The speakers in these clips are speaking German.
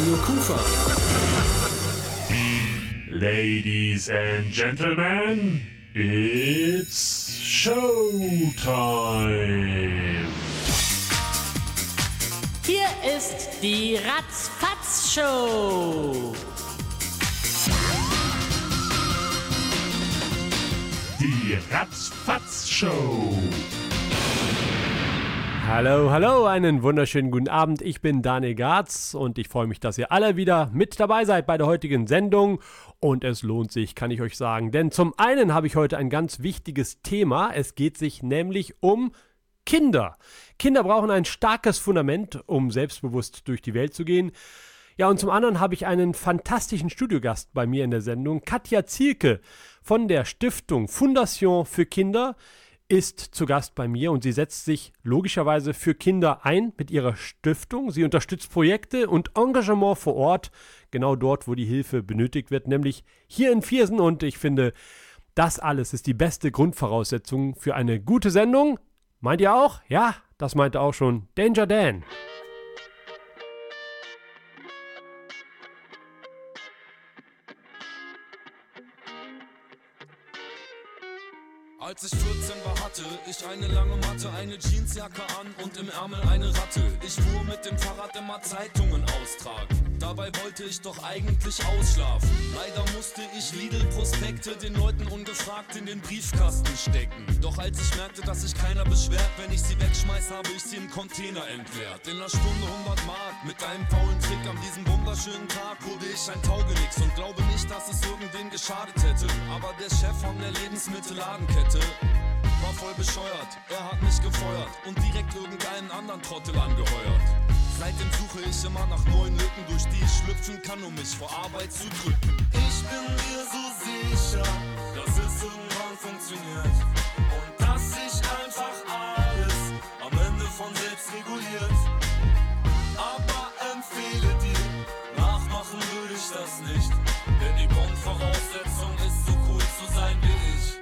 Radio Kufa. Ladies and Gentlemen, it's Showtime. Hier ist die Ratzfatz-Show. Die Ratzfatz-Show. Hallo, einen wunderschönen guten Abend. Ich bin Daniel Garz und ich freue mich, dass ihr alle wieder mit dabei seid bei der heutigen Sendung. Und es lohnt sich, kann ich euch sagen. Denn zum einen habe ich heute ein ganz wichtiges Thema. Es geht sich nämlich um Kinder. Kinder brauchen ein starkes Fundament, um selbstbewusst durch die Welt zu gehen. Ja, und zum anderen habe ich einen fantastischen Studiogast bei mir in der Sendung. Katja Zielke von der Stiftung Fondation für Kinder ist zu Gast bei mir und sie setzt sich logischerweise für Kinder ein mit ihrer Stiftung. Sie unterstützt Projekte und Engagement vor Ort, genau dort, wo die Hilfe benötigt wird, nämlich hier in Viersen. Und ich finde, das alles ist die beste Grundvoraussetzung für eine gute Sendung. Meint ihr auch? Ja, das meinte auch schon Danger Dan. Als ich 14 war, hatte ich eine lange Matte, eine Jeansjacke an und im Ärmel eine Ratte. Ich fuhr mit dem Fahrrad immer Zeitungen austragen. Dabei wollte ich doch eigentlich ausschlafen. Leider musste ich Lidl-Prospekte den Leuten ungefragt in den Briefkasten stecken. Doch als ich merkte, dass sich keiner beschwert, wenn ich sie wegschmeiß, habe ich sie im Container entleert. In einer Stunde 100 Mark, mit einem faulen Trick an diesem wunderschönen Tag wurde ich ein Taugenix und glaube nicht, dass es irgendwen geschadet hätte. Aber der Chef von der Lebensmittelladenkette war voll bescheuert, er hat mich gefeuert und direkt irgendeinen anderen Trottel angeheuert. Seitdem suche ich immer nach neuen Lücken, durch die ich schlüpfen kann, um mich vor Arbeit zu drücken. Ich bin mir so sicher, dass es irgendwann funktioniert und dass sich einfach alles am Ende von selbst reguliert. Aber empfehle dir, nachmachen würde ich das nicht, denn die Grundvoraussetzung ist so cool zu sein wie ich.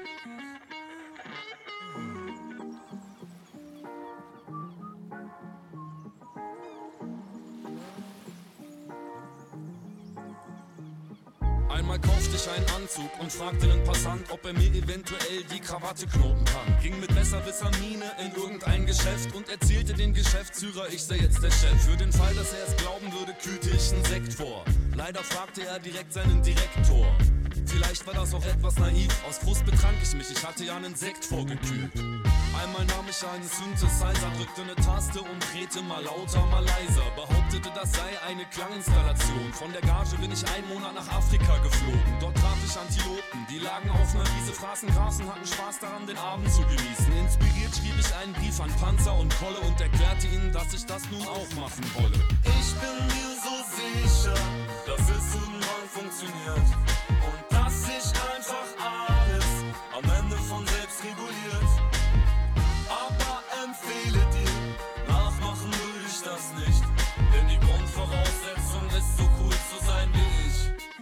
Einmal kaufte ich einen Anzug und fragte den Passant, ob er mir eventuell die Krawatte knoten kann. Ging mit besserwisser Miene in irgendein Geschäft und erzählte den Geschäftsführer, ich sei jetzt der Chef. Für den Fall, dass er es glauben würde, kühlte ich einen Sekt vor. Leider fragte er direkt seinen Direktor. Vielleicht war das auch etwas naiv, aus Frust betrank ich mich, ich hatte ja einen Sekt vorgekühlt. Einmal nahm ich einen Synthesizer, drückte eine Taste und drehte mal lauter, mal leiser. Behauptete, das sei eine Klanginstallation. Von der Gage bin ich einen Monat nach Afrika geflogen. Dort traf ich Antilopen, die lagen auf einer Wiese, fraßen Gras und hatten Spaß daran, den Abend zu genießen. Inspiriert schrieb ich einen Brief an Panzer und Kolle und erklärte ihnen, dass ich das nun auch machen wolle. Ich bin mir so sicher, dass es irgendwann funktioniert und dass sich einfach alles am Ende von selbst reguliert. Aber empfehle dir, nachmachen würde ich das nicht, denn die Grundvoraussetzung ist so cool zu sein wie ich.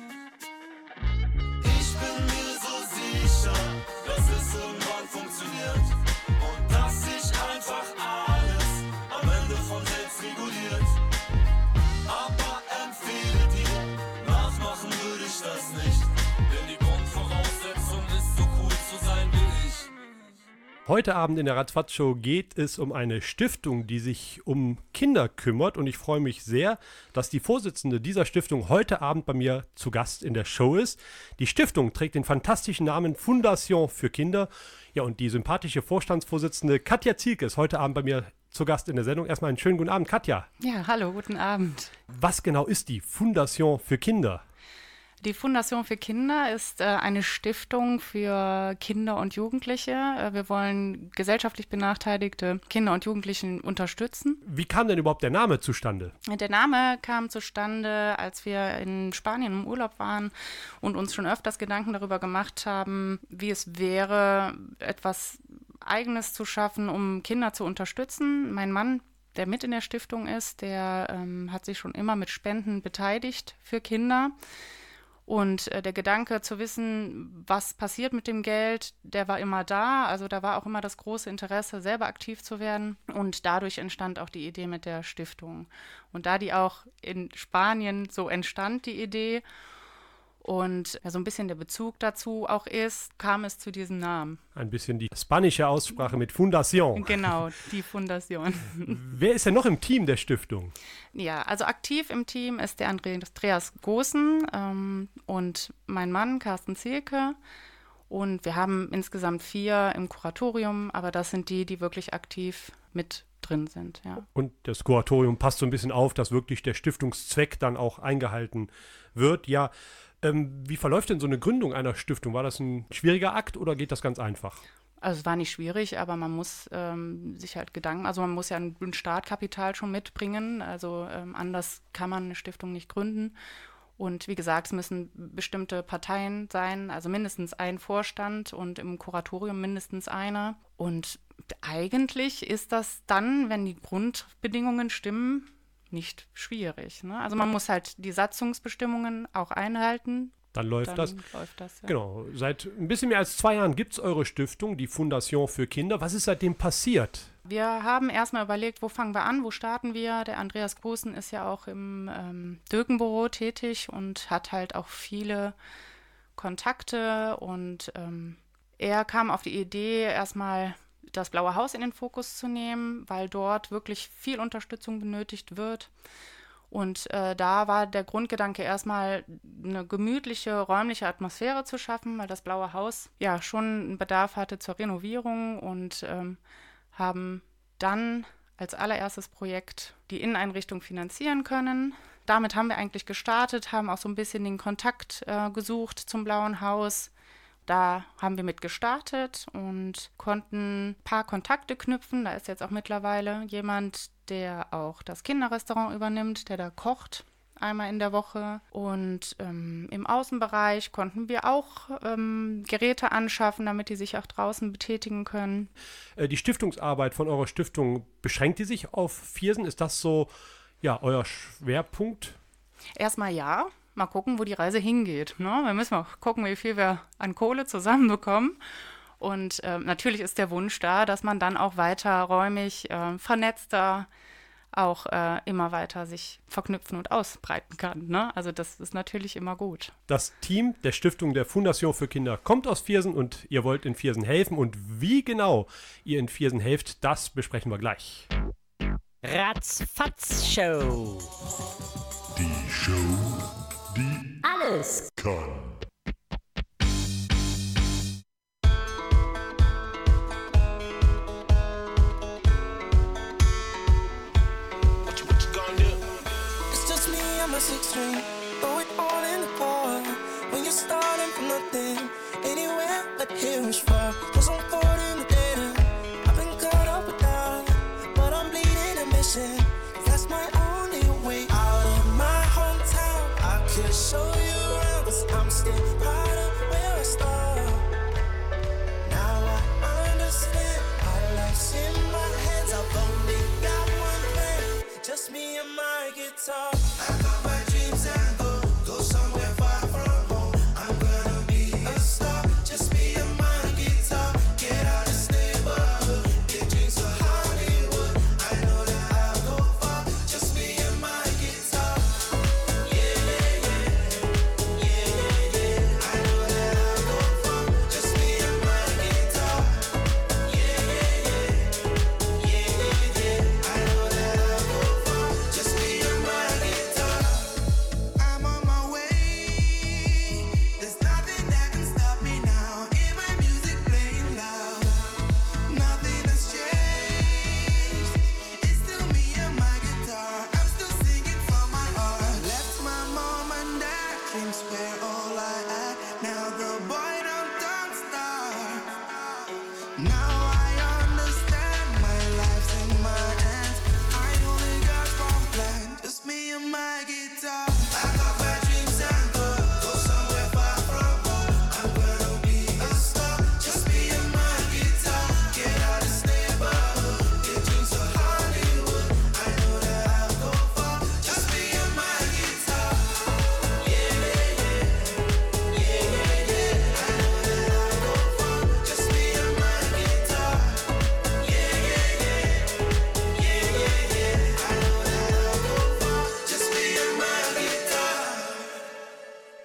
Ich bin mir so sicher, dass es irgendwann funktioniert und dass sich einfach alles am Ende von selbst reguliert. Aber empfehle dir, nachmachen würde ich das nicht, denn die Grundvoraussetzung ist so cool zu sein wie ich. Heute Abend in der Ratzfatz-Show geht es um eine Stiftung, die sich um Kinder kümmert. Und ich freue mich sehr, dass die Vorsitzende dieser Stiftung heute Abend bei mir zu Gast in der Show ist. Die Stiftung trägt den fantastischen Namen Fondation für Kinder. Ja, und die sympathische Vorstandsvorsitzende Katja Zielke ist heute Abend bei mir zu Gast in der Sendung. Erstmal einen schönen guten Abend, Katja. Ja, hallo, guten Abend. Was genau ist die Fondation für Kinder? Die Fondation für Kinder ist eine Stiftung für Kinder und Jugendliche. Wir wollen gesellschaftlich benachteiligte Kinder und Jugendlichen unterstützen. Wie kam denn überhaupt der Name zustande? Der Name kam zustande, als wir in Spanien im Urlaub waren und uns schon öfters Gedanken darüber gemacht haben, wie es wäre, etwas Eigenes zu schaffen, um Kinder zu unterstützen. Mein Mann, der mit in der Stiftung ist, der hat sich schon immer mit Spenden beteiligt für Kinder. Und der Gedanke zu wissen, was passiert mit dem Geld, der war immer da. Also da war auch immer das große Interesse, selber aktiv zu werden. Und dadurch entstand auch die Idee mit der Stiftung. Und da die auch in Spanien so entstand, die Idee, und so ein bisschen der Bezug dazu auch ist, kam es zu diesem Namen. Ein bisschen die spanische Aussprache mit Fundación. Genau, die Fundación. Wer ist denn noch im Team der Stiftung? Ja, also aktiv im Team ist der Andreas Goossen und mein Mann Carsten Zielke. Und wir haben insgesamt 4 im Kuratorium, aber das sind die wirklich aktiv mit drin sind. Ja. Und das Kuratorium passt so ein bisschen auf, dass wirklich der Stiftungszweck dann auch eingehalten wird. Ja, wie verläuft denn so eine Gründung einer Stiftung? War das ein schwieriger Akt oder geht das ganz einfach? Also es war nicht schwierig, aber man muss sich halt man muss ja ein Startkapital schon mitbringen. Also anders kann man eine Stiftung nicht gründen. Und wie gesagt, es müssen bestimmte Parteien sein, also mindestens ein Vorstand und im Kuratorium mindestens einer. Und eigentlich ist das dann, wenn die Grundbedingungen stimmen, nicht schwierig. Ne? Also man muss halt die Satzungsbestimmungen auch einhalten. Dann läuft das. Ja. Genau. Seit ein bisschen mehr als 2 Jahren gibt es eure Stiftung, die Fundación für Kinder. Was ist seitdem passiert? Wir haben erstmal überlegt, wo fangen wir an, wo starten wir. Der Andreas Goossen ist ja auch im Dökenbüro tätig und hat halt auch viele Kontakte. Und er kam auf die Idee, erstmal das Blaue Haus in den Fokus zu nehmen, weil dort wirklich viel Unterstützung benötigt wird. Und da war der Grundgedanke erstmal eine gemütliche, räumliche Atmosphäre zu schaffen, weil das Blaue Haus ja schon einen Bedarf hatte zur Renovierung und haben dann als allererstes Projekt die Inneneinrichtung finanzieren können. Damit haben wir eigentlich gestartet, haben auch so ein bisschen den Kontakt gesucht zum Blauen Haus. Da haben wir mit gestartet und konnten ein paar Kontakte knüpfen. Da ist jetzt auch mittlerweile jemand, der auch das Kinderrestaurant übernimmt, der da kocht einmal in der Woche. Und im Außenbereich konnten wir auch Geräte anschaffen, damit die sich auch draußen betätigen können. Die Stiftungsarbeit von eurer Stiftung, beschränkt die sich auf Viersen? Ist das so, ja, euer Schwerpunkt? Erstmal ja. Mal gucken, wo die Reise hingeht. Ne? Wir müssen auch gucken, wie viel wir an Kohle zusammenbekommen. Und natürlich ist der Wunsch da, dass man dann auch weiter räumig, vernetzter auch immer weiter sich verknüpfen und ausbreiten kann. Ne? Also das ist natürlich immer gut. Das Team der Stiftung der Fundación für Kinder kommt aus Viersen und ihr wollt in Viersen helfen. Und wie genau ihr in Viersen helft, das besprechen wir gleich. Ratzfatz Show. Die Show, die Alles kann. It's just me and my 6-string. Throw it all in the bar. When you're starting from nothing, anywhere but here is far. Cause I'm caught in the data. I've been caught up with that, but I'm bleeding and missing. That's my only way out of my hometown. I could show you around, cause I'm still proud of where I started. Now I understand my life's in my hands. I've only got one plan, just me and my guitar. I got my dreams and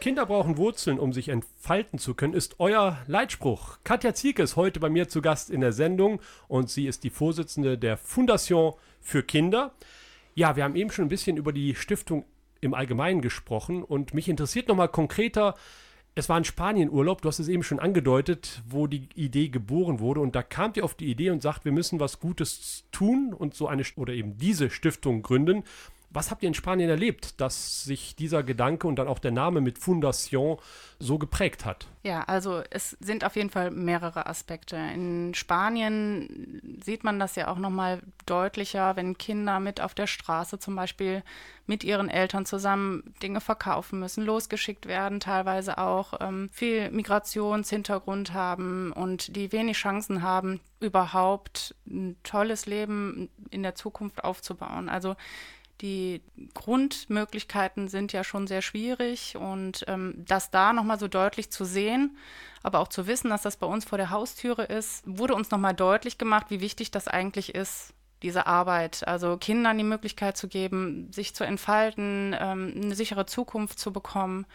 Kinder brauchen Wurzeln, um sich entfalten zu können, ist euer Leitspruch. Katja Zielke ist heute bei mir zu Gast in der Sendung und sie ist die Vorsitzende der Fondation für Kinder. Ja, wir haben eben schon ein bisschen über die Stiftung im Allgemeinen gesprochen und mich interessiert nochmal konkreter, es war ein Spanienurlaub, du hast es eben schon angedeutet, wo die Idee geboren wurde und da kamt ihr auf die Idee und sagt, wir müssen was Gutes tun und so eine oder eben diese Stiftung gründen. Was habt ihr in Spanien erlebt, dass sich dieser Gedanke und dann auch der Name mit Fondation so geprägt hat? Ja, also es sind auf jeden Fall mehrere Aspekte. In Spanien sieht man das ja auch nochmal deutlicher, wenn Kinder mit auf der Straße zum Beispiel mit ihren Eltern zusammen Dinge verkaufen müssen, losgeschickt werden, teilweise auch viel Migrationshintergrund haben und die wenig Chancen haben, überhaupt ein tolles Leben in der Zukunft aufzubauen. Also die Grundmöglichkeiten sind ja schon sehr schwierig und das da nochmal so deutlich zu sehen, aber auch zu wissen, dass das bei uns vor der Haustüre ist, wurde uns nochmal deutlich gemacht, wie wichtig das eigentlich ist, diese Arbeit. Also Kindern die Möglichkeit zu geben, sich zu entfalten, eine sichere Zukunft zu bekommen.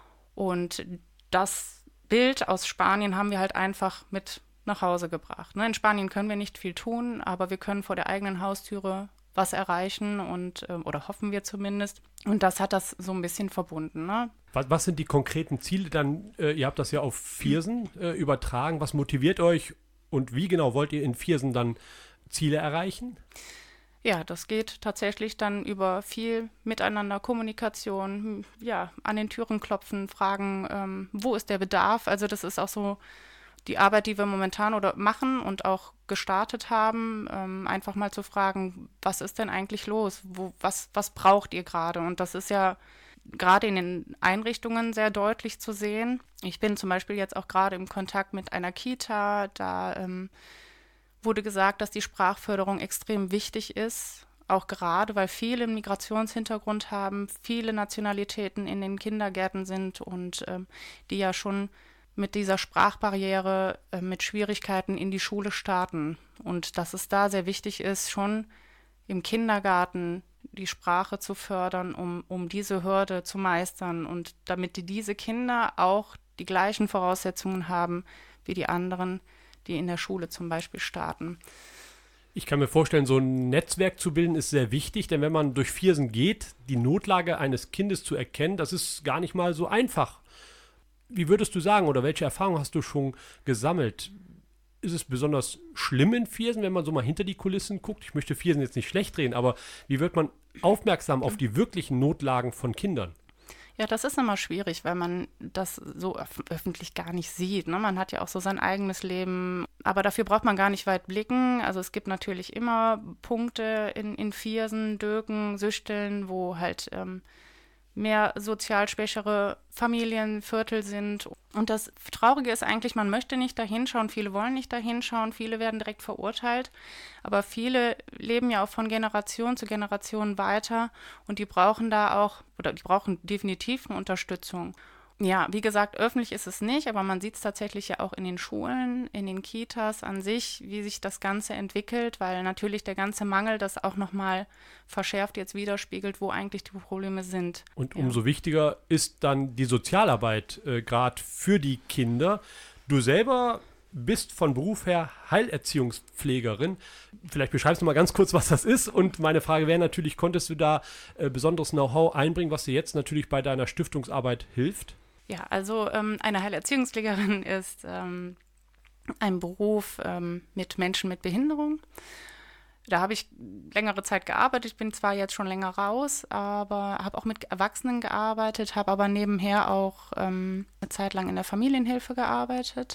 Und das Bild aus Spanien haben wir halt einfach mit nach Hause gebracht. In Spanien können wir nicht viel tun, aber wir können vor der eigenen Haustüre was erreichen und oder hoffen wir zumindest. Und das hat das so ein bisschen verbunden. Ne? Was sind die konkreten Ziele dann? Ihr habt das ja auf Viersen übertragen. Was motiviert euch und wie genau wollt ihr in Viersen dann Ziele erreichen? Ja, das geht tatsächlich dann über viel Miteinander, Kommunikation, ja, an den Türen klopfen, fragen, wo ist der Bedarf? Also das ist auch so die Arbeit, die wir momentan oder machen und auch gestartet haben, einfach mal zu fragen, was ist denn eigentlich los? Was braucht ihr gerade? Und das ist ja gerade in den Einrichtungen sehr deutlich zu sehen. Ich bin zum Beispiel jetzt auch gerade im Kontakt mit einer Kita, da wurde gesagt, dass die Sprachförderung extrem wichtig ist, auch gerade, weil viele einen Migrationshintergrund haben, viele Nationalitäten in den Kindergärten sind und die ja schon mit dieser Sprachbarriere, mit Schwierigkeiten in die Schule starten. Und dass es da sehr wichtig ist, schon im Kindergarten die Sprache zu fördern, um diese Hürde zu meistern und damit diese Kinder auch die gleichen Voraussetzungen haben wie die anderen, die in der Schule zum Beispiel starten. Ich kann mir vorstellen, so ein Netzwerk zu bilden ist sehr wichtig, denn wenn man durch Viersen geht, die Notlage eines Kindes zu erkennen, das ist gar nicht mal so einfach. Wie würdest du sagen oder welche Erfahrungen hast du schon gesammelt? Ist es besonders schlimm in Viersen, wenn man so mal hinter die Kulissen guckt? Ich möchte Viersen jetzt nicht schlecht reden, aber wie wird man aufmerksam auf die wirklichen Notlagen von Kindern? Ja, das ist immer schwierig, weil man das so öffentlich gar nicht sieht. Ne? Man hat ja auch so sein eigenes Leben, aber dafür braucht man gar nicht weit blicken. Also es gibt natürlich immer Punkte in Viersen, Döken, Süchteln, wo halt mehr sozial schwächere Familienviertel sind. Und das Traurige ist eigentlich, man möchte nicht da hinschauen, viele wollen nicht da hinschauen, viele werden direkt verurteilt, aber viele leben ja auch von Generation zu Generation weiter und die brauchen da auch, oder die brauchen definitiv eine Unterstützung. Ja, wie gesagt, öffentlich ist es nicht, aber man sieht es tatsächlich ja auch in den Schulen, in den Kitas an sich, wie sich das Ganze entwickelt, weil natürlich der ganze Mangel das auch nochmal verschärft jetzt widerspiegelt, wo eigentlich die Probleme sind. Und umso wichtiger ist dann die Sozialarbeit, gerade für die Kinder. Du selber bist von Beruf her Heilerziehungspflegerin. Vielleicht beschreibst du mal ganz kurz, was das ist. Und meine Frage wäre natürlich, konntest du da besonderes Know-how einbringen, was dir jetzt natürlich bei deiner Stiftungsarbeit hilft? Ja, also eine Heilerziehungspflegerin ist ein Beruf mit Menschen mit Behinderung. Da habe ich längere Zeit gearbeitet, bin zwar jetzt schon länger raus, aber habe auch mit Erwachsenen gearbeitet, habe aber nebenher auch eine Zeit lang in der Familienhilfe gearbeitet.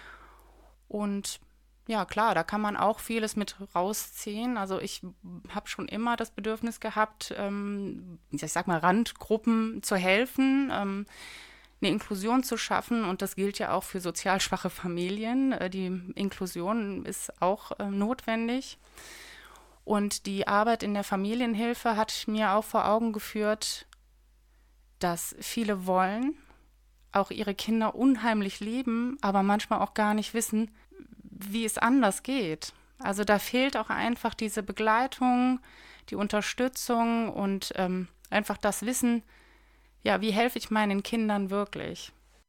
Und ja, klar, da kann man auch vieles mit rausziehen. Also ich habe schon immer das Bedürfnis gehabt, ich sag mal, Randgruppen zu helfen, eine Inklusion zu schaffen. Und das gilt ja auch für sozial schwache Familien. Die Inklusion ist auch notwendig. Und die Arbeit in der Familienhilfe hat mir auch vor Augen geführt, dass viele wollen, auch ihre Kinder unheimlich lieben, aber manchmal auch gar nicht wissen, wie es anders geht. Also da fehlt auch einfach diese Begleitung, die Unterstützung und einfach das Wissen, ja, wie helfe ich meinen Kindern wirklich?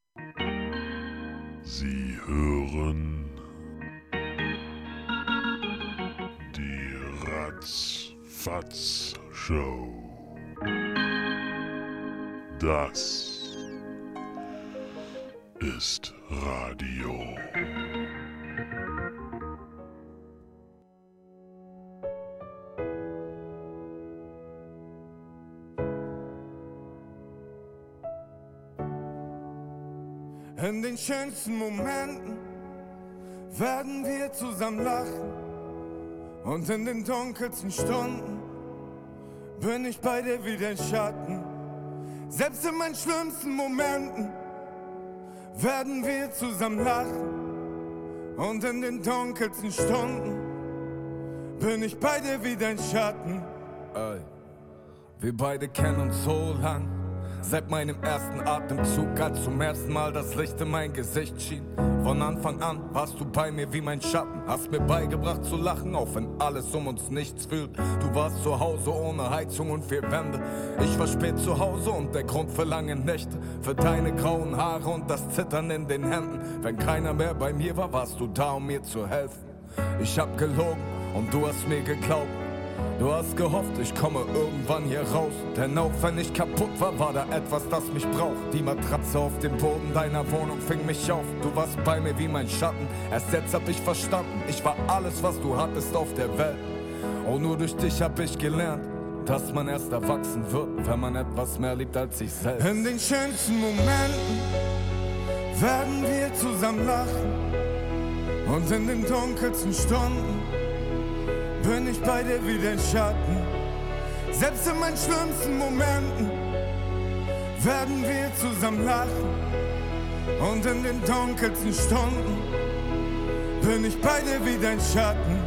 Sie hören die Ratzfatz Show. Das ist Radio. In den schönsten Momenten werden wir zusammen lachen und in den dunkelsten Stunden bin ich bei dir wie dein Schatten. Selbst in meinen schlimmsten Momenten werden wir zusammen lachen und in den dunkelsten Stunden bin ich bei dir wie dein Schatten. Ey, wir beide kennen uns so lang. Seit meinem ersten Atemzug, als zum ersten Mal das Licht in mein Gesicht schien. Von Anfang an warst du bei mir wie mein Schatten. Hast mir beigebracht zu lachen, auch wenn alles um uns nichts fühlt. Du warst zu Hause ohne Heizung und 4 Wände. Ich war spät zu Hause und der Grund für lange Nächte. Für deine grauen Haare und das Zittern in den Händen. Wenn keiner mehr bei mir war, warst du da, um mir zu helfen. Ich hab gelogen und du hast mir geglaubt. Du hast gehofft, ich komme irgendwann hier raus. Denn auch wenn ich kaputt war, war da etwas, das mich braucht. Die Matratze auf dem Boden deiner Wohnung fing mich auf. Du warst bei mir wie mein Schatten. Erst jetzt hab ich verstanden, ich war alles, was du hattest auf der Welt. Und nur durch dich hab ich gelernt, dass man erst erwachsen wird, wenn man etwas mehr liebt als sich selbst. In den schönsten Momenten werden wir zusammen lachen und in den dunkelsten Stunden bin ich bei dir wie dein Schatten. Selbst in meinen schlimmsten Momenten werden wir zusammen lachen und in den dunkelsten Stunden bin ich bei dir wie dein Schatten.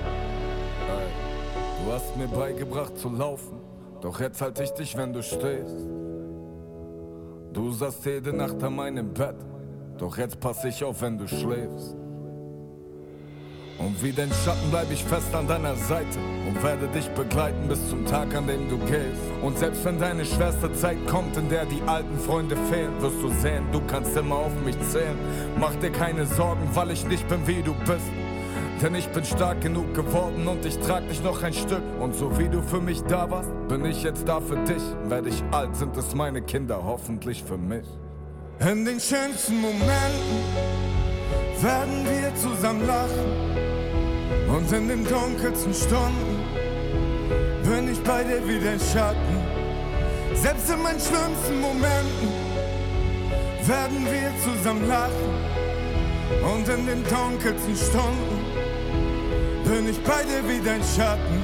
Du hast mir beigebracht zu laufen, doch jetzt halt ich dich, wenn du stehst. Du saßt jede Nacht an meinem Bett, doch jetzt pass ich auf, wenn du schläfst. Und wie dein Schatten bleib ich fest an deiner Seite und werde dich begleiten bis zum Tag, an dem du gehst. Und selbst wenn deine schwerste Zeit kommt, in der die alten Freunde fehlen, wirst du sehen, du kannst immer auf mich zählen. Mach dir keine Sorgen, weil ich nicht bin, wie du bist. Denn ich bin stark genug geworden und ich trag dich noch ein Stück. Und so wie du für mich da warst, bin ich jetzt da für dich. Werde ich alt, sind es meine Kinder hoffentlich für mich. In den schönsten Momenten werden wir zusammen lachen und in den dunkelsten Stunden bin ich bei dir wie dein Schatten. Selbst in meinen schlimmsten Momenten werden wir zusammen lachen und in den dunkelsten Stunden bin ich bei dir wie dein Schatten.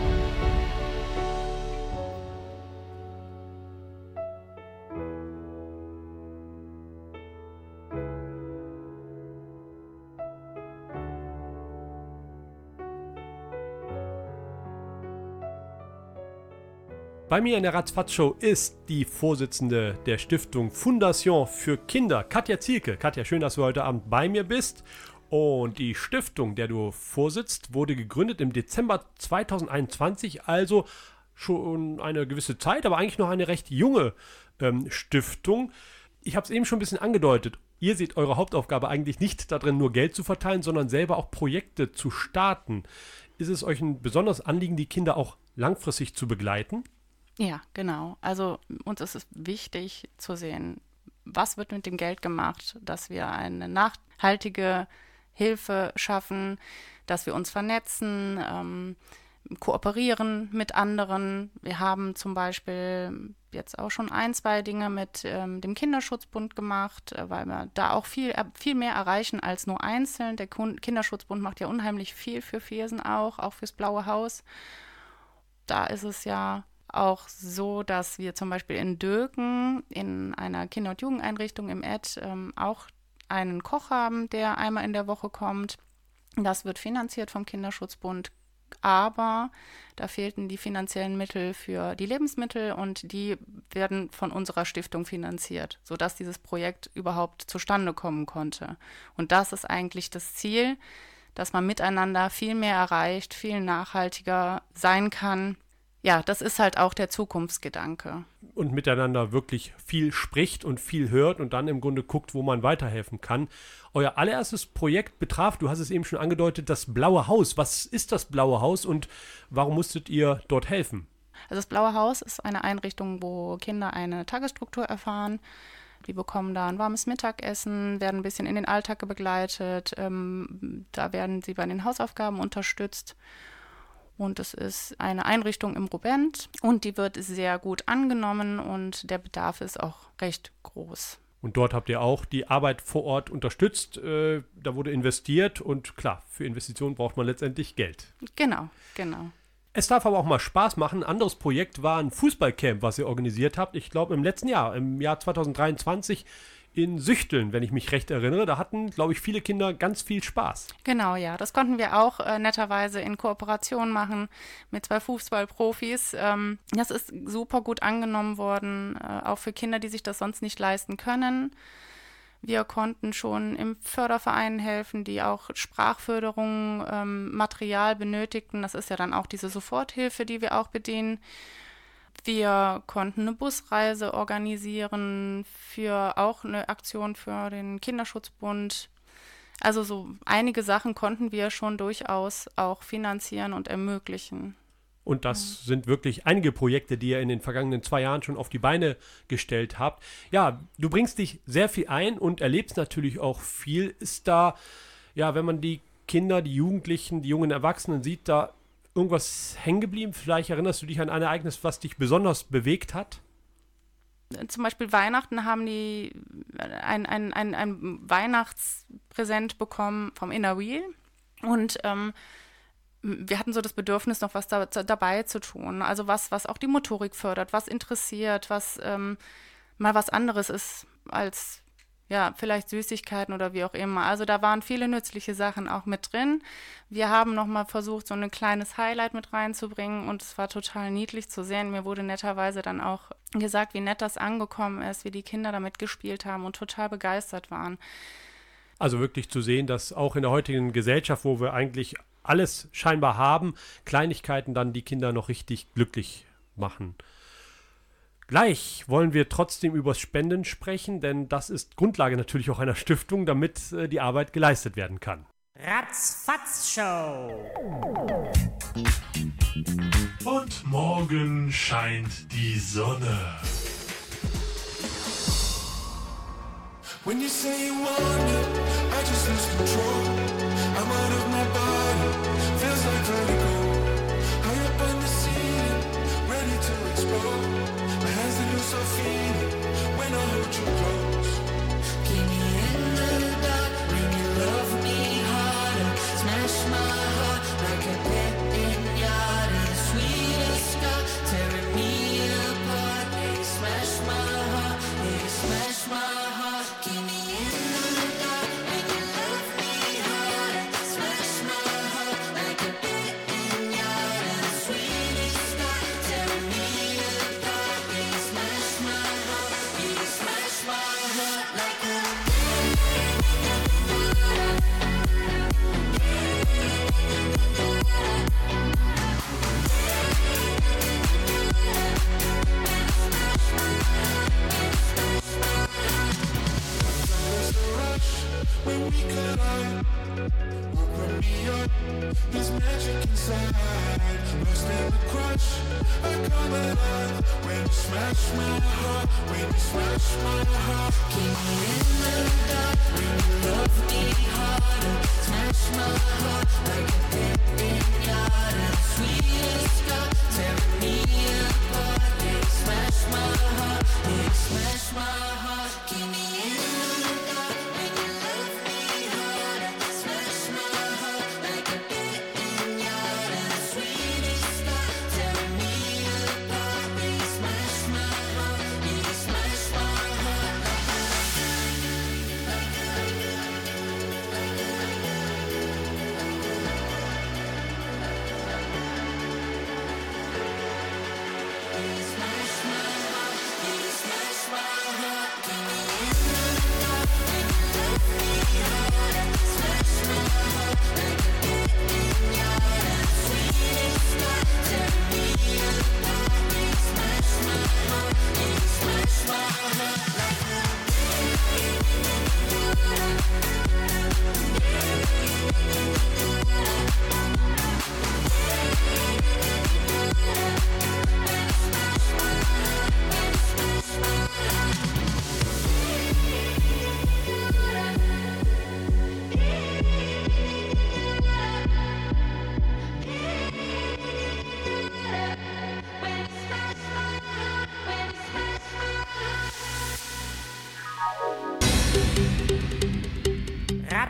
Bei mir in der Ratzfatz-Show ist die Vorsitzende der Stiftung Fondation für Kinder, Katja Zielke. Katja, schön, dass du heute Abend bei mir bist. Und die Stiftung, der du vorsitzt, wurde gegründet im Dezember 2021, also schon eine gewisse Zeit, aber eigentlich noch eine recht junge Stiftung. Ich habe es eben schon ein bisschen angedeutet. Ihr seht eure Hauptaufgabe eigentlich nicht darin, nur Geld zu verteilen, sondern selber auch Projekte zu starten. Ist es euch ein besonderes Anliegen, die Kinder auch langfristig zu begleiten? Ja, genau. Also uns ist es wichtig zu sehen, was wird mit dem Geld gemacht, dass wir eine nachhaltige Hilfe schaffen, dass wir uns vernetzen, kooperieren mit anderen. Wir haben zum Beispiel jetzt auch schon 2 Dinge mit dem Kinderschutzbund gemacht, weil wir da auch viel mehr erreichen als nur einzeln. Der Kinderschutzbund macht ja unheimlich viel für Viersen auch fürs Blaue Haus. Da ist es ja auch so, dass wir zum Beispiel in Döken in einer Kinder- und Jugendeinrichtung im Ed auch einen Koch haben, der einmal in der Woche kommt. Das wird finanziert vom Kinderschutzbund, aber da fehlten die finanziellen Mittel für die Lebensmittel und die werden von unserer Stiftung finanziert, sodass dieses Projekt überhaupt zustande kommen konnte. Und das ist eigentlich das Ziel, dass man miteinander viel mehr erreicht, viel nachhaltiger sein kann, Ja, das ist halt auch der Zukunftsgedanke. Und miteinander wirklich viel spricht und viel hört und dann im Grunde guckt, wo man weiterhelfen kann. Euer allererstes Projekt betraf, du hast es eben schon angedeutet, das Blaue Haus. Was ist das Blaue Haus und warum musstet ihr dort helfen? Also das Blaue Haus ist eine Einrichtung, wo Kinder eine Tagesstruktur erfahren. Die bekommen da ein warmes Mittagessen, werden ein bisschen in den Alltag begleitet. Da werden sie bei den Hausaufgaben unterstützt. Und es ist eine Einrichtung im Ruppend und die wird sehr gut angenommen und der Bedarf ist auch recht groß. Und dort habt ihr auch die Arbeit vor Ort unterstützt. Da wurde investiert und klar, für Investitionen braucht man letztendlich Geld. Genau. Es darf aber auch mal Spaß machen. Ein anderes Projekt war ein Fußballcamp, was ihr organisiert habt. Ich glaube im letzten Jahr, im Jahr 2023 in Süchteln, wenn ich mich recht erinnere. Da hatten, glaube ich, viele Kinder ganz viel Spaß. Genau, ja. Das konnten wir auch netterweise in Kooperation machen mit 2 Fußballprofis. Das ist super gut angenommen worden, auch für Kinder, die sich das sonst nicht leisten können. Wir konnten schon im Förderverein helfen, die auch Sprachförderung, Material benötigten. Das ist ja dann auch diese Soforthilfe, die wir auch bedienen. Wir konnten eine Busreise organisieren, für auch eine Aktion für den Kinderschutzbund. Also so einige Sachen konnten wir schon durchaus auch finanzieren und ermöglichen. Und das sind wirklich einige Projekte, die ihr in den vergangenen 2 Jahren schon auf die Beine gestellt habt. Ja, du bringst dich sehr viel ein und erlebst natürlich auch viel. Ist da, ja, wenn man die Kinder, die Jugendlichen, die jungen Erwachsenen sieht, da irgendwas hängen geblieben? Vielleicht erinnerst du dich an ein Ereignis, was dich besonders bewegt hat? Zum Beispiel Weihnachten haben die ein Weihnachtspräsent bekommen vom Inner Wheel und wir hatten so das Bedürfnis, noch was dabei zu tun. Also was auch die Motorik fördert, was interessiert, was mal was anderes ist als ja, vielleicht Süßigkeiten oder wie auch immer. Also da waren viele nützliche Sachen auch mit drin. Wir haben nochmal versucht, so ein kleines Highlight mit reinzubringen und es war total niedlich zu sehen. Mir wurde netterweise dann auch gesagt, wie nett das angekommen ist, wie die Kinder damit gespielt haben und total begeistert waren. Also wirklich zu sehen, dass auch in der heutigen Gesellschaft, wo wir eigentlich alles scheinbar haben, Kleinigkeiten dann die Kinder noch richtig glücklich machen. Gleich wollen wir trotzdem übers Spenden sprechen, denn das ist Grundlage natürlich auch einer Stiftung, damit die Arbeit geleistet werden kann. Ratzfatz-Show. Und morgen scheint die Sonne. When you say you want it, I just lose control. I'm out of my body, feels like vertigo. High up on the ceiling, ready to explode. My hands they lose so feeling when I hold you close. Keep me in the dark, when you love me harder. Smash my heart like a pet pinata. The sweetest scar, tearing me apart. Yeah, you smash my heart, yeah, you smash my heart. Keep me in the dark, when you love me harder. Smash my heart like a pet pinata. The sweetest scar, tearing me apart. Yeah, you smash my heart, yeah, you smash my heart like a when we collide, open me up, there's magic inside. Lost in the crush, I come alive. When you smash my heart, when you smash my heart. Keep me in the dark, when you love me harder. Smash my heart like a pet pinata. Sweetest scar, tearing me apart. Yeah, you smash my heart, yeah, you smash my heart. Keep me in the dark, when you love me harder. Smash my heart like a pet pinata. Sweetest scar, tearing me apart. Yeah, you smash my heart, yeah, you smash my heart like a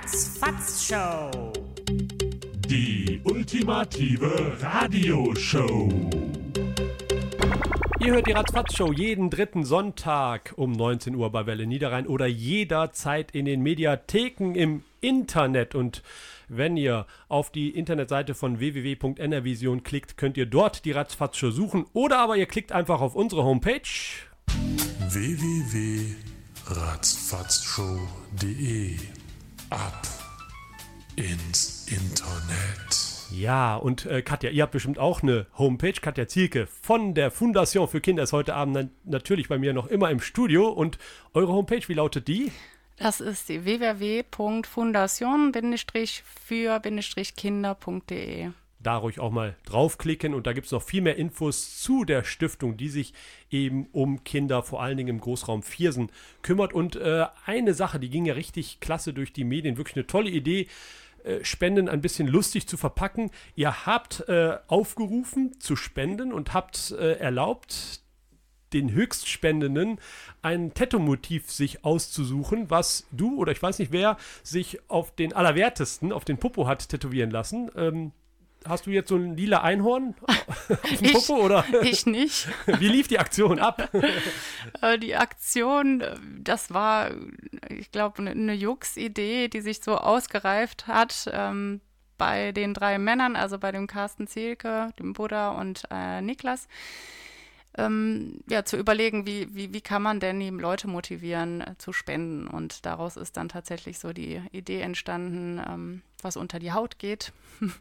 Ratzfatz-Show. Die ultimative Radioshow. Ihr hört die Ratzfatz-Show jeden dritten Sonntag um 19 Uhr bei Welle Niederrhein oder jederzeit in den Mediatheken im Internet. Und wenn ihr auf die Internetseite von www.nrvision klickt, könnt ihr dort die Ratzfatz-Show suchen. Oder aber ihr klickt einfach auf unsere Homepage www.ratzfatzshow.de. Ab ins Internet. Ja, und Katja, ihr habt bestimmt auch eine Homepage. Katja Zielke von der Fondation für Kinder ist heute Abend natürlich bei mir noch immer im Studio. Und eure Homepage, wie lautet die? Das ist die www.fundation-für-kinder.de. Da ruhig auch mal draufklicken und da gibt es noch viel mehr Infos zu der Stiftung, die sich eben um Kinder, vor allen Dingen im Großraum Viersen, kümmert. Und eine Sache, die ging ja richtig klasse durch die Medien, wirklich eine tolle Idee, Spenden ein bisschen lustig zu verpacken. Ihr habt aufgerufen zu spenden und habt erlaubt, den Höchstspendenden ein Tattoo-Motiv sich auszusuchen, was du oder ich weiß nicht wer sich auf den Allerwertesten, auf den Popo hat tätowieren lassen. Hast du jetzt so ein lila Einhorn auf dem Popo, oder? Ich nicht. Wie lief die Aktion ab? Die Aktion, das war, ich glaube, eine Jux-Idee, die sich so ausgereift hat bei den 3 Männern, also bei dem Carsten Zielke, dem Buddha und Niklas. Zu überlegen, wie kann man denn eben Leute motivieren zu spenden. Und daraus ist dann tatsächlich so die Idee entstanden, was unter die Haut geht.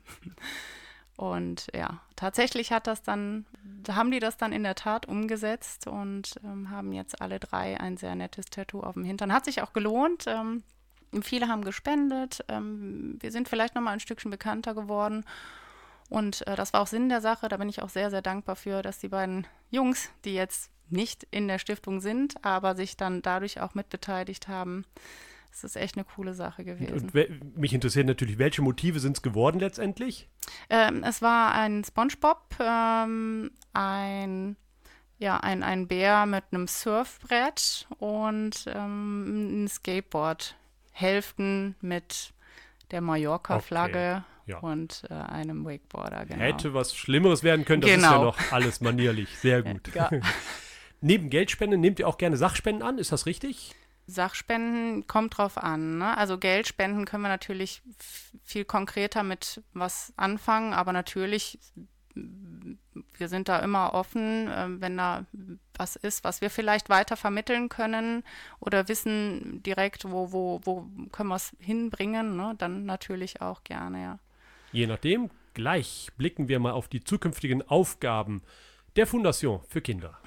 Und ja, tatsächlich haben die das dann in der Tat umgesetzt und haben jetzt alle 3 ein sehr nettes Tattoo auf dem Hintern. Hat sich auch gelohnt. Viele haben gespendet. Wir sind vielleicht noch mal ein Stückchen bekannter geworden. Und das war auch Sinn der Sache. Da bin ich auch sehr, sehr dankbar für, dass die beiden Jungs, die jetzt nicht in der Stiftung sind, aber sich dann dadurch auch mitbeteiligt haben. Das ist echt eine coole Sache gewesen. Und mich interessiert natürlich, welche Motive sind es geworden letztendlich? Es war ein SpongeBob, ein Bär mit einem Surfbrett und ein Skateboard. Hälften mit der Mallorca-Flagge. Okay. Ja. Und einem Wakeboarder, genau. Hätte was Schlimmeres werden können, das ist ja noch alles manierlich. Sehr gut. Ja. Neben Geldspenden nehmt ihr auch gerne Sachspenden an, ist das richtig? Sachspenden kommt drauf an, ne? Also Geldspenden können wir natürlich viel konkreter mit was anfangen, aber natürlich, wir sind da immer offen, wenn da was ist, was wir vielleicht weiter vermitteln können oder wissen direkt, wo können wir es hinbringen, ne? Dann natürlich auch gerne, ja. Je nachdem, gleich blicken wir mal auf die zukünftigen Aufgaben der Fondation für Kinder.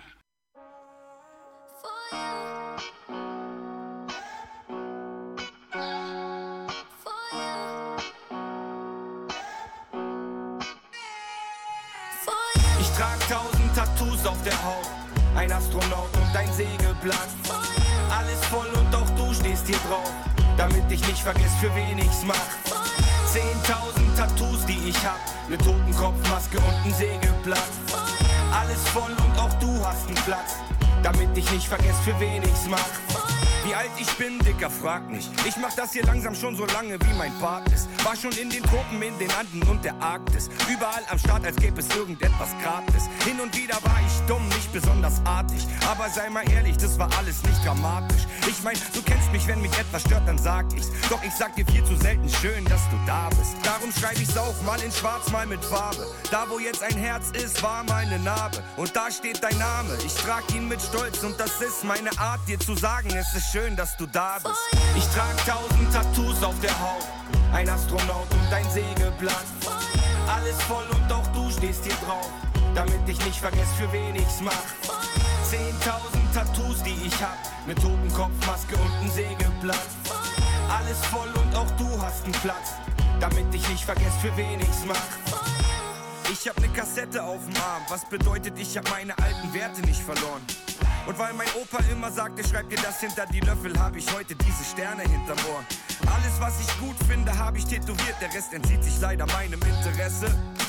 Ich trag 1000 Tattoos auf der Haut, ein Astronaut und ein Segelblatt. Alles voll und auch du stehst hier drauf, damit ich nicht vergesse, für wen ich's mach. 10.000 Tattoos, die ich hab, ne Totenkopfmaske und ein Segelblatt. Alles voll und auch du hast einen Platz, damit ich nicht vergesse, für wen ich's mach. Wie alt ich bin, Dicker, frag nicht. Ich mach das hier langsam schon so lange, wie mein Part ist. War schon in den Tropen, in den Anden und der Arktis. Überall am Start, als gäbe es irgendetwas gratis. Hin und wieder war ich dumm, nicht besonders artig. Aber sei mal ehrlich, das war alles nicht dramatisch. Ich mein, du kennst mich, wenn mich etwas stört, dann sag ich's. Doch ich sag dir viel zu selten, schön, dass du da bist. Darum schreib ich's auf, mal in schwarz, mal mit Farbe. Da, wo jetzt ein Herz ist, war mal eine Narbe. Und da steht dein Name, ich trag ihn mit Stolz. Und das ist meine Art, dir zu sagen, es ist schön, dass du da bist. Ich trag 1000 Tattoos auf der Haut, ein Astronaut und ein Segelblatt. Alles voll und auch du stehst hier drauf, damit ich nicht vergesse, für wen ich's mach. 10.000 Tattoos, die ich hab, ne Totenkopfmaske und ein Segelblatt. Alles voll und auch du hast einen Platz, damit ich nicht vergesse, für wen ich's mach. Ich hab ne Kassette auf dem Arm, was bedeutet, ich hab meine alten Werte nicht verloren. Und weil mein Opa immer sagte, schreib dir das hinter die Löffel, hab ich heute diese Sterne hinterm Ohr. Alles, was ich gut finde, hab ich tätowiert, der Rest entzieht sich leider meinem Interesse.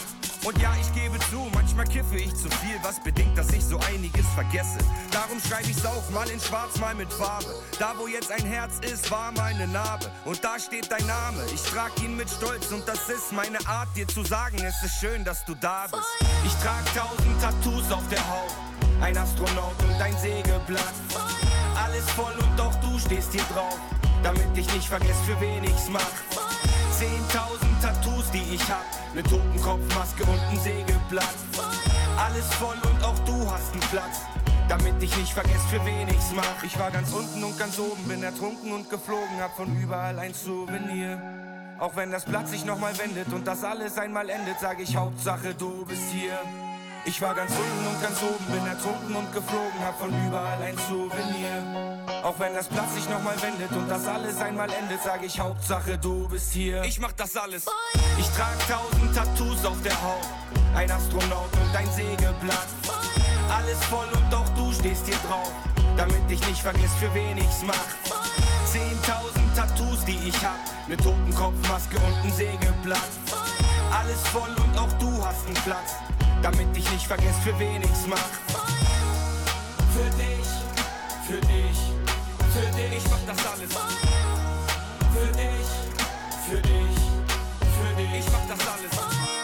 Und ja, ich gebe zu, manchmal kiffe ich zu viel, was bedingt, dass ich so einiges vergesse. Darum schreibe ich's auf, mal in schwarz, mal mit Farbe. Da wo jetzt ein Herz ist, war meine Narbe. Und da steht dein Name, ich trag ihn mit Stolz. Und das ist meine Art, dir zu sagen, es ist schön, dass du da bist. Ich trag 1000 Tattoos auf der Haut, ein Astronaut und ein Sägeblatt. Alles voll und auch du stehst hier drauf, damit ich nicht vergess, für wen ich's mach. 10.000 Tattoos, die ich hab, ne Totenkopfmaske und ein Sägeblatt. Alles voll und auch du hast einen Platz, damit ich nicht vergess, für wen ich's mach. Ich war ganz unten und ganz oben, bin ertrunken und geflogen, hab von überall ein Souvenir. Auch wenn das Blatt sich nochmal wendet und das alles einmal endet, sag ich Hauptsache du bist hier. Ich war ganz unten und ganz oben, bin ertrunken und geflogen, hab von überall ein Souvenir. Auch wenn das Blatt sich nochmal wendet und das alles einmal endet, sag ich Hauptsache du bist hier. Ich mach das alles. Ich trag 1000 Tattoos auf der Haut, ein Astronaut und ein Sägeblatt. Alles voll und auch du stehst hier drauf, damit ich nicht vergess, für wen ich's mach. 10.000 Tattoos, die ich hab, ne Totenkopfmaske und ein Sägeblatt. Alles voll und auch du hast einen Platz, damit ich nicht vergess, für wen ich's mach. Für dich, für dich, für dich, ich mach das alles. Für dich, für dich, für dich, ich mach das alles.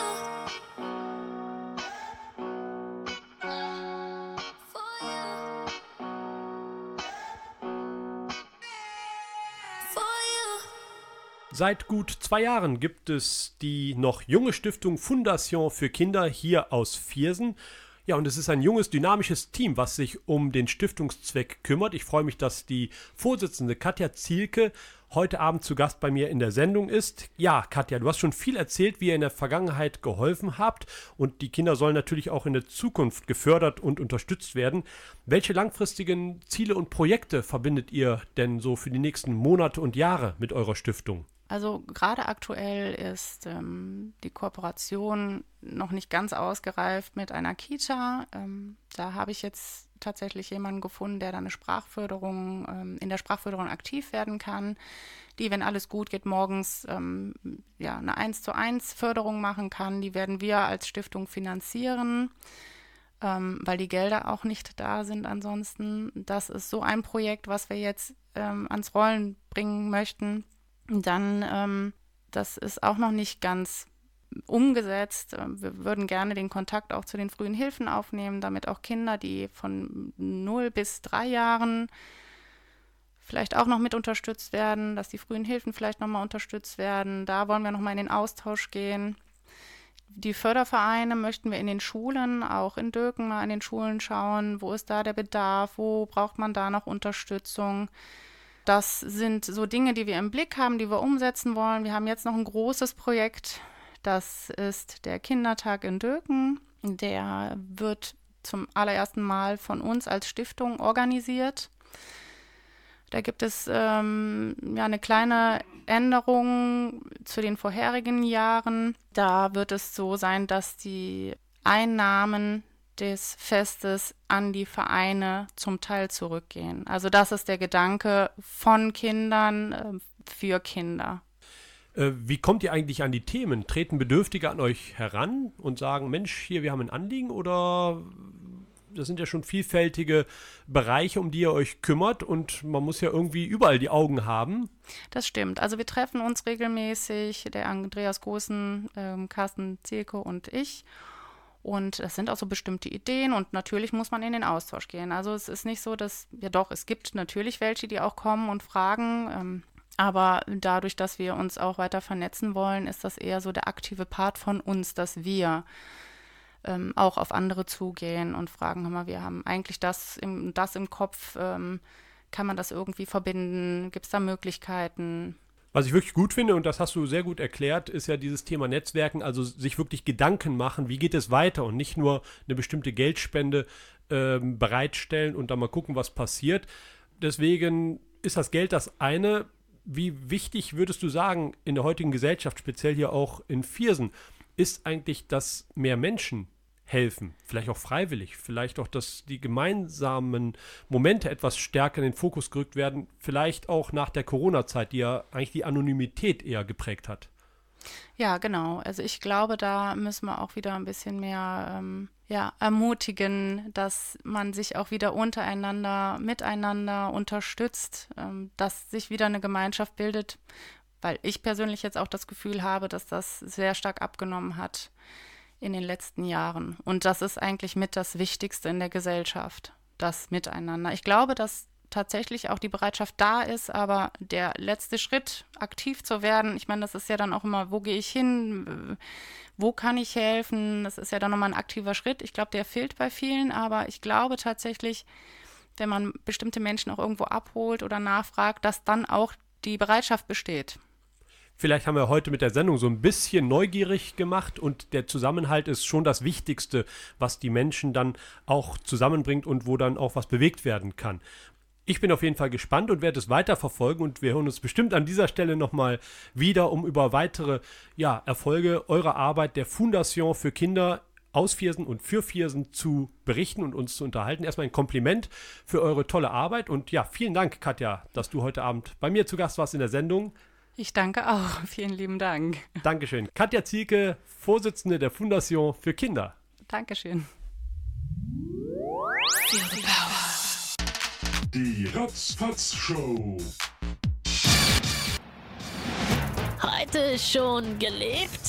Seit gut 2 Jahren gibt es die noch junge Stiftung Fondation für Kinder hier aus Viersen. Ja, und es ist ein junges, dynamisches Team, was sich um den Stiftungszweck kümmert. Ich freue mich, dass die Vorsitzende Katja Zielke heute Abend zu Gast bei mir in der Sendung ist. Ja, Katja, du hast schon viel erzählt, wie ihr in der Vergangenheit geholfen habt. Und die Kinder sollen natürlich auch in der Zukunft gefördert und unterstützt werden. Welche langfristigen Ziele und Projekte verbindet ihr denn so für die nächsten Monate und Jahre mit eurer Stiftung? Also gerade aktuell ist die Kooperation noch nicht ganz ausgereift mit einer Kita. Da habe ich jetzt tatsächlich jemanden gefunden, der da eine Sprachförderung, in der Sprachförderung aktiv werden kann, die, wenn alles gut geht, morgens eine 1:1 Förderung machen kann. Die werden wir als Stiftung finanzieren, weil die Gelder auch nicht da sind ansonsten. Das ist so ein Projekt, was wir jetzt ans Rollen bringen möchten. Dann, das ist auch noch nicht ganz umgesetzt. Wir würden gerne den Kontakt auch zu den frühen Hilfen aufnehmen, damit auch Kinder, die von 0 bis 3 Jahren vielleicht auch noch mit unterstützt werden, dass die frühen Hilfen vielleicht nochmal unterstützt werden. Da wollen wir nochmal in den Austausch gehen. Die Fördervereine möchten wir in den Schulen, auch in Döken mal in den Schulen schauen, wo ist da der Bedarf, wo braucht man da noch Unterstützung. Das sind so Dinge, die wir im Blick haben, die wir umsetzen wollen. Wir haben jetzt noch ein großes Projekt, das ist der Kindertag in Döken. Der wird zum allerersten Mal von uns als Stiftung organisiert. Da gibt es eine kleine Änderung zu den vorherigen Jahren. Da wird es so sein, dass die Einnahmen des Festes an die Vereine zum Teil zurückgehen. Also das ist der Gedanke von Kindern für Kinder. Wie kommt ihr eigentlich an die Themen? Treten Bedürftige an euch heran und sagen, Mensch, hier, wir haben ein Anliegen, oder das sind ja schon vielfältige Bereiche, um die ihr euch kümmert, und man muss ja irgendwie überall die Augen haben. Das stimmt. Also wir treffen uns regelmäßig, der Andreas Gosen, Carsten Zielke und ich. Und es sind auch so bestimmte Ideen, und natürlich muss man in den Austausch gehen. Also es ist nicht so, dass, ja doch, es gibt natürlich welche, die auch kommen und fragen, aber dadurch, dass wir uns auch weiter vernetzen wollen, ist das eher so der aktive Part von uns, dass wir auch auf andere zugehen und fragen, hör mal, wir haben eigentlich das im Kopf, kann man das irgendwie verbinden, gibt es da Möglichkeiten? Was ich wirklich gut finde, und das hast du sehr gut erklärt, ist ja dieses Thema Netzwerken, also sich wirklich Gedanken machen, wie geht es weiter, und nicht nur eine bestimmte Geldspende bereitstellen und dann mal gucken, was passiert. Deswegen ist das Geld das eine. Wie wichtig würdest du sagen, in der heutigen Gesellschaft, speziell hier auch in Viersen, ist eigentlich, dass mehr Menschen helfen, vielleicht auch freiwillig, vielleicht auch, dass die gemeinsamen Momente etwas stärker in den Fokus gerückt werden, vielleicht auch nach der Corona-Zeit, die ja eigentlich die Anonymität eher geprägt hat? Ja, genau. Also ich glaube, da müssen wir auch wieder ein bisschen mehr ermutigen, dass man sich auch wieder miteinander unterstützt, dass sich wieder eine Gemeinschaft bildet, weil ich persönlich jetzt auch das Gefühl habe, dass das sehr stark abgenommen hat in den letzten Jahren. Und das ist eigentlich mit das Wichtigste in der Gesellschaft, das Miteinander. Ich glaube, dass tatsächlich auch die Bereitschaft da ist, aber der letzte Schritt, aktiv zu werden, ich meine, das ist ja dann auch immer, wo gehe ich hin, wo kann ich helfen, das ist ja dann nochmal ein aktiver Schritt. Ich glaube, der fehlt bei vielen, aber ich glaube tatsächlich, wenn man bestimmte Menschen auch irgendwo abholt oder nachfragt, dass dann auch die Bereitschaft besteht. Vielleicht haben wir heute mit der Sendung so ein bisschen neugierig gemacht und der Zusammenhalt ist schon das Wichtigste, was die Menschen dann auch zusammenbringt und wo dann auch was bewegt werden kann. Ich bin auf jeden Fall gespannt und werde es weiter verfolgen und wir hören uns bestimmt an dieser Stelle nochmal wieder, um über weitere Erfolge eurer Arbeit der Fondation für Kinder aus Viersen und für Viersen zu berichten und uns zu unterhalten. Erstmal ein Kompliment für eure tolle Arbeit und ja, vielen Dank, Katja, dass du heute Abend bei mir zu Gast warst in der Sendung. Ich danke auch. Vielen lieben Dank. Dankeschön. Katja Zielke, Vorsitzende der Fondation für Kinder. Dankeschön. Die Ratzfatz-Show. Heute schon gelebt?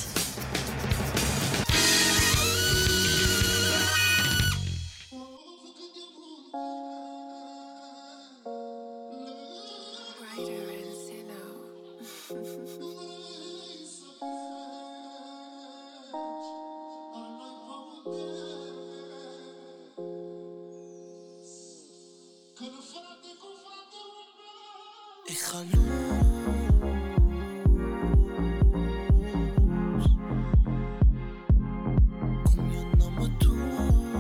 Ik ga los. Kom je naar me toe?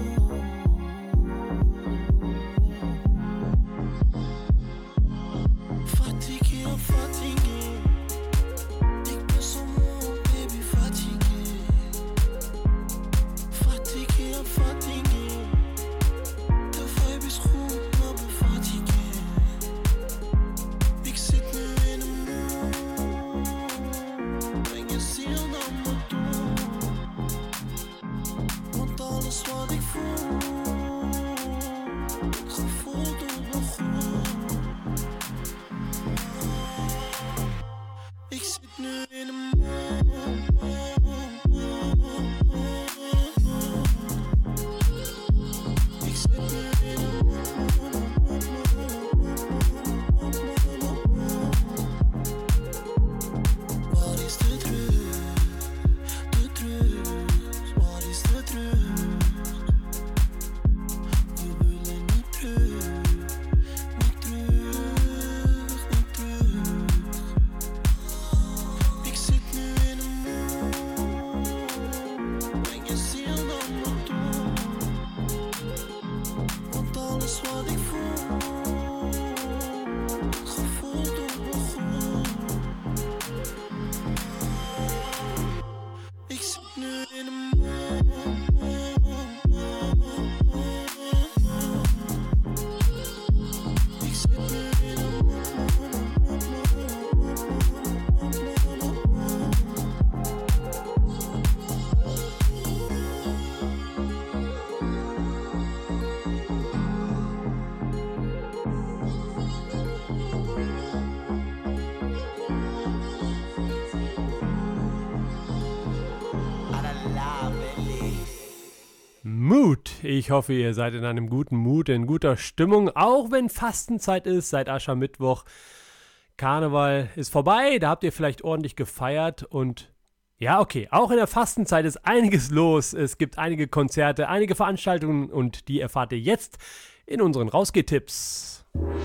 Fatigué, fatigué. Ik ben zo moe, baby, fatigué. Fatigué, fatigué. De vibe is goed, maar ben fatigué. Ik zit nu in een mood. Breng je ziel naar me toe. Want alles wat ik voel, het gevoel doet me goed. Ik zit nu in een Ik zit nu in een Wat is de druk? De druk. Wat is de druk? We willen niet terug. Niet terug, niet terug. Ik zit nu in een mood. Breng je ziel naar me toe. Want alles wat ik voel, het gevoel doet me goed. Ik zit nu in een Ik zit nu in een Mood. Ich hoffe, ihr seid in einem guten Mood, in guter Stimmung, auch wenn Fastenzeit ist, seit Aschermittwoch. Karneval ist vorbei, da habt ihr vielleicht ordentlich gefeiert und ja, okay, auch in der Fastenzeit ist einiges los. Es gibt einige Konzerte, einige Veranstaltungen und die erfahrt ihr jetzt in unseren Rausgehtipps.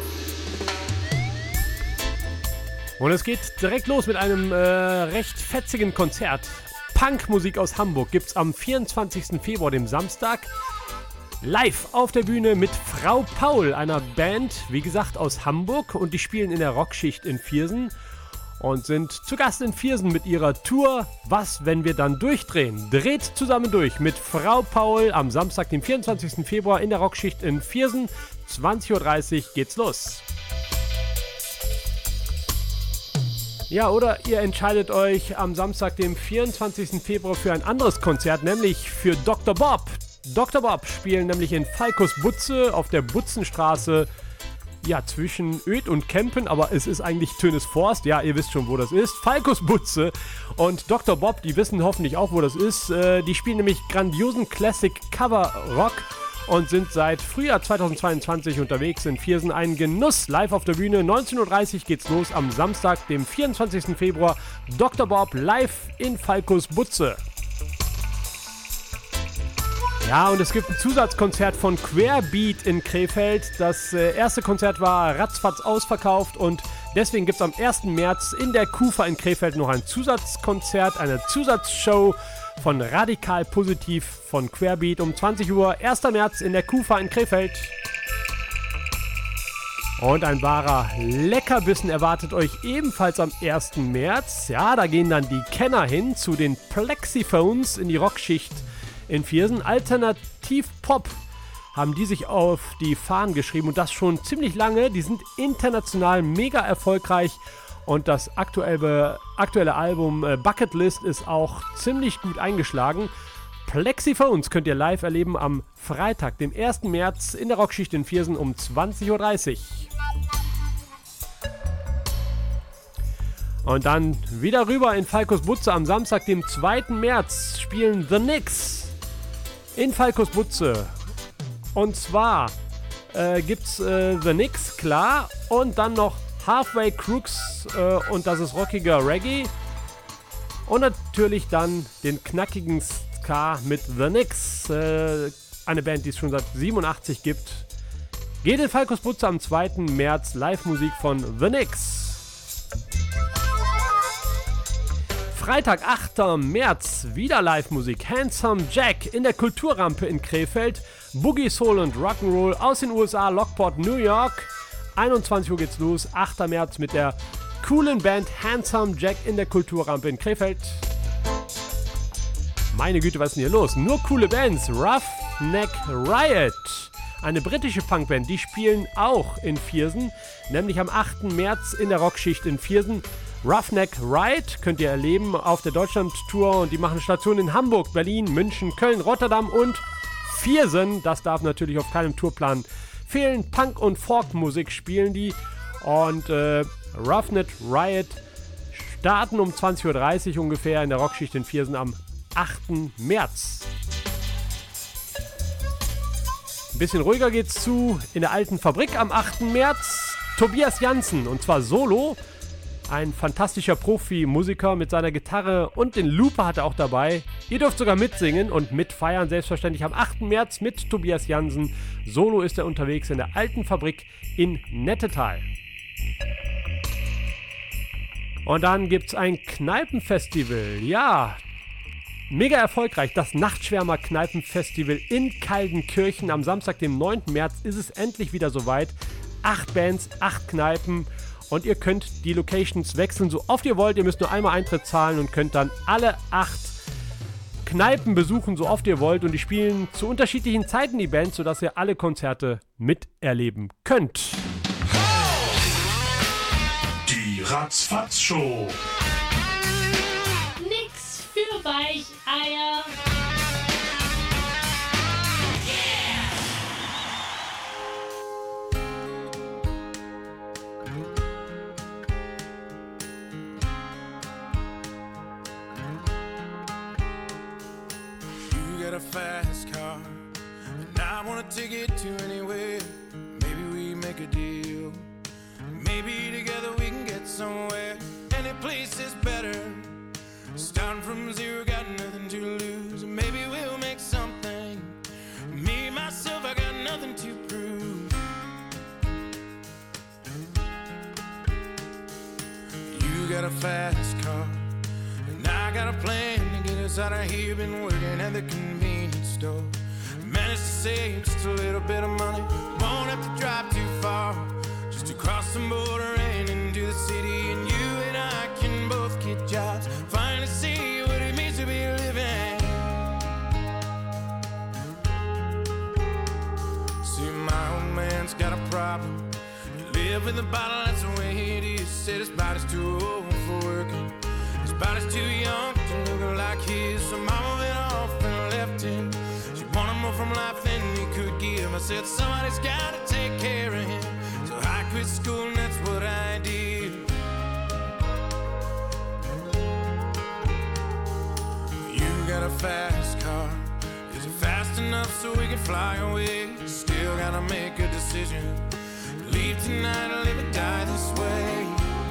Und es geht direkt los mit einem recht fetzigen Konzert. Punkmusik aus Hamburg gibt's am 24. Februar, dem Samstag, live auf der Bühne mit Frau Paul, einer Band, wie gesagt, aus Hamburg. Und die spielen in der Rockschicht in Viersen und sind zu Gast in Viersen mit ihrer Tour Was, wenn wir dann durchdrehen? Dreht zusammen durch mit Frau Paul am Samstag, dem 24. Februar in der Rockschicht in Viersen. 20.30 Uhr geht's los. Ja, oder ihr entscheidet euch am Samstag, dem 24. Februar für ein anderes Konzert, nämlich für Dr. Bob. Dr. Bob spielen nämlich in Falkos Butze auf der Butzenstraße, ja, zwischen Öd und Kempen, aber es ist eigentlich Tönes Forst. Ja, ihr wisst schon, wo das ist. Falkos Butze und Dr. Bob, die wissen hoffentlich auch, wo das ist. Die spielen nämlich grandiosen Classic Cover Rock und sind seit Frühjahr 2022 unterwegs in Viersen. Ein Genuss live auf der Bühne. 19.30 Uhr geht's los am Samstag, dem 24. Februar. Dr. Bob live in Falkos Butze. Ja, und es gibt ein Zusatzkonzert von Querbeat in Krefeld. Das erste Konzert war ratzfatz ausverkauft und deswegen gibt es am 1. März in der Kufa in Krefeld noch ein Zusatzkonzert, eine Zusatzshow von Radikal Positiv von Querbeat um 20 Uhr. 1. März in der Kufa in Krefeld. Und ein wahrer Leckerbissen erwartet euch ebenfalls am 1. März. Ja, da gehen dann die Kenner hin zu den Plexiphones in die Rockschicht in Viersen. Alternativ-Pop haben die sich auf die Fahnen geschrieben und das schon ziemlich lange. Die sind international mega erfolgreich und das aktuelle Album Bucket List ist auch ziemlich gut eingeschlagen. Plexiphones könnt ihr live erleben am Freitag, dem 1. März in der Rockschicht in Viersen um 20.30 Uhr. Und dann wieder rüber in Falkos Butze am Samstag, dem 2. März spielen The Knicks in Falkos Butze. Und zwar gibt's The Knicks, klar, und dann noch Halfway Crooks und das ist rockiger Reggae. Und natürlich dann den knackigen Ska mit The Knicks, eine Band, die es schon seit 87 gibt. Geht in Falkos Butze am 2. März, Live-Musik von The Knicks. Freitag, 8. März, wieder Live-Musik. Handsome Jack in der Kulturrampe in Krefeld. Boogie, Soul und Rock'n'Roll aus den USA, Lockport, New York. 21 Uhr geht's los. 8. März mit der coolen Band Handsome Jack in der Kulturrampe in Krefeld. Meine Güte, was ist denn hier los? Nur coole Bands. Roughneck Riot, eine britische Punkband, die spielen auch in Viersen, nämlich am 8. März in der Rockschicht in Viersen. Roughneck Riot könnt ihr erleben auf der Deutschland-Tour und die machen Stationen in Hamburg, Berlin, München, Köln, Rotterdam und Viersen. Das darf natürlich auf keinem Tourplan fehlen. Punk- und Folk-Musik spielen die und Roughneck Riot starten um 20.30 Uhr ungefähr in der Rockschicht in Viersen am 8. März. Ein bisschen ruhiger geht's zu in der alten Fabrik am 8. März. Tobias Jansen und zwar solo. Ein fantastischer Profi-Musiker mit seiner Gitarre und den Looper hat er auch dabei. Ihr dürft sogar mitsingen und mitfeiern, selbstverständlich am 8. März mit Tobias Jansen. Solo ist er unterwegs in der alten Fabrik in Nettetal. Und dann gibt es ein Kneipenfestival. Ja, mega erfolgreich. Das Nachtschwärmer Kneipenfestival in Kaldenkirchen. Am Samstag, dem 9. März, ist es endlich wieder soweit. 8 Bands, 8 Kneipen. Und ihr könnt die Locations wechseln, so oft ihr wollt. Ihr müsst nur einmal Eintritt zahlen und könnt dann alle 8 Kneipen besuchen, so oft ihr wollt. Und die spielen zu unterschiedlichen Zeiten die Bands, sodass ihr alle Konzerte miterleben könnt. Die Ratzfatz-Show. Nix für Weicheier. A fast car, and I wanna take it to anywhere. Maybe we make a deal. Maybe together we can get somewhere. Any place is better. Starting from zero, got nothing to lose. Maybe we'll make something. Me, myself, I got nothing to prove. You got a fast car, and I got a plan to get us out of here. Been working at the convenience store. Managed to save just a little bit of money. Won't have to drive too far, just to cross the border and into the city. And you and I can both get jobs, finally see what it means to be living. See, my old man's got a problem. You live with a bottle, that's the way it is. Said his body's too old for working. His body's too young to look like his, so mama went off and left him. She wanted more from life than he could give. I said somebody's gotta take care of him, so I quit school and that's what I did. You got a fast car, is it fast enough so we can fly away? Still gotta make a decision, leave tonight or live and die this way.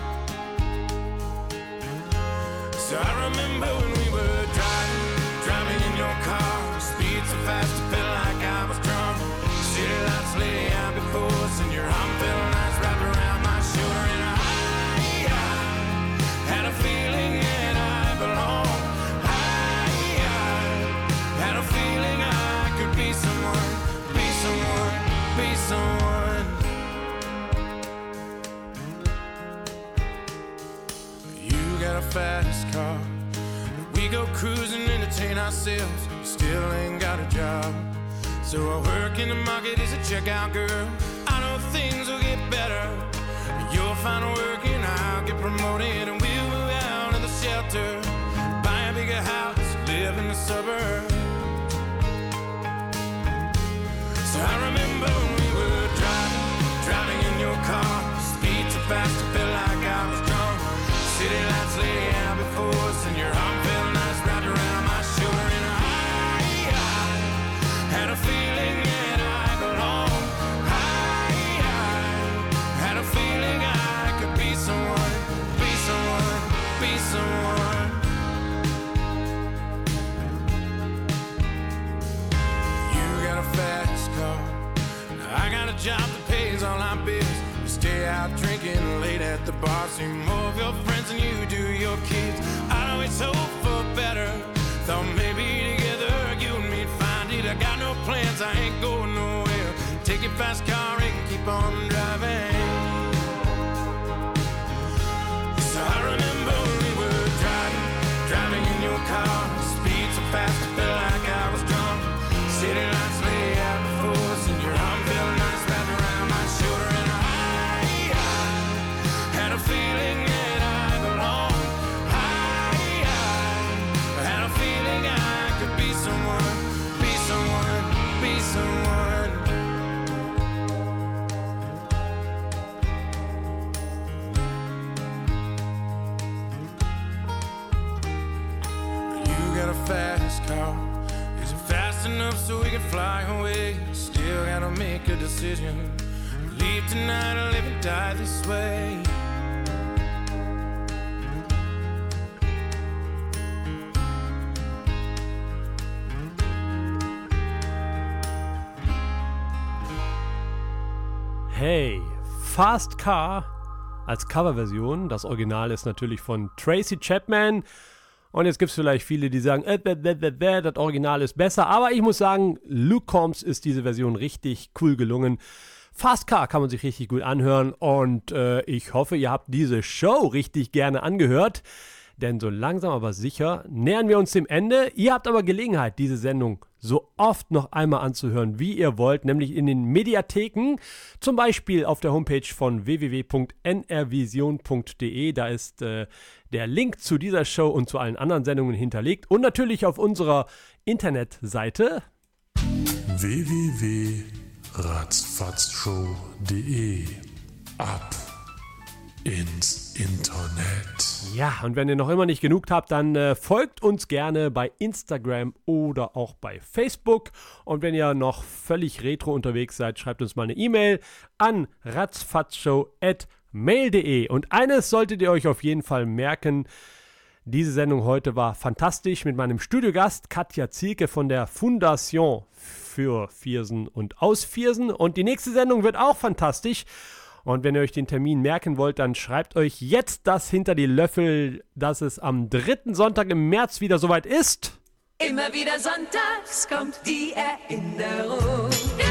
So I remember when we were driving in your car, speed so fast it felt like I was drunk. City lights lay out before us and your arm felt nice wrapped around my shoulder. And I had a feeling that I belonged. I had a feeling I could be someone, be someone, be someone. You got a fast car, we go cruising, entertain ourselves. You still ain't got a job, so I work in the market as a checkout girl. I know things will get better, you'll find work and I'll get promoted, and we'll move out of the shelter, buy a bigger house, live in the suburbs. So I remember when we were driving in your car, speed so fast it felt like I was drunk. City lights lay out before us and your arm felt nice wrapped around my shoulder. And I had a feeling that I belonged. I had a feeling I could be someone, be someone, be someone. You got a fast car, now I got a job that pays all our bills. You stay out drinking late at the bar, see more of your friends than you do your kids. I'd always hope for better, thought maybe together you and me'd find it. I got no plans, I ain't going nowhere. Take your fast car and keep on driving. So I remember when we were driving in your car, speed so fast it felt like I was drunk. City lights lay out before us and your arm felt nice wrapped around my shoulder. And I had a feeling that I belonged. I had a feeling I could be someone, be someone, be someone. You got a fast car, is it fast enough so we can fly away? Still gotta make a decision, leave tonight or live and die this way. Hey, Fast Car als Coverversion. Das Original ist natürlich von Tracy Chapman. Und jetzt gibt es vielleicht viele, die sagen, das Original ist besser. Aber ich muss sagen, Luke Combs ist diese Version richtig cool gelungen. Fast Car kann man sich richtig gut anhören. Und ich hoffe, ihr habt diese Show richtig gerne angehört. Denn so langsam aber sicher nähern wir uns dem Ende. Ihr habt aber Gelegenheit, diese Sendung so oft noch einmal anzuhören, wie ihr wollt, nämlich in den Mediatheken, zum Beispiel auf der Homepage von www.nrvision.de. Da ist der Link zu dieser Show und zu allen anderen Sendungen hinterlegt und natürlich auf unserer Internetseite www.ratzfatzshow.de. Ab ins Internet. Ja, und wenn ihr noch immer nicht genug habt, dann folgt uns gerne bei Instagram oder auch bei Facebook. Und wenn ihr noch völlig retro unterwegs seid, schreibt uns mal eine E-Mail an ratzfatzshow@mail.de. Und eines solltet ihr euch auf jeden Fall merken: Diese Sendung heute war fantastisch mit meinem Studiogast Katja Zielke von der Fondation für Viersen und aus Viersen. Und die nächste Sendung wird auch fantastisch. Und wenn ihr euch den Termin merken wollt, dann schreibt euch jetzt das hinter die Löffel, dass es am 3. Sonntag im März wieder soweit ist. Immer wieder sonntags kommt die Erinnerung.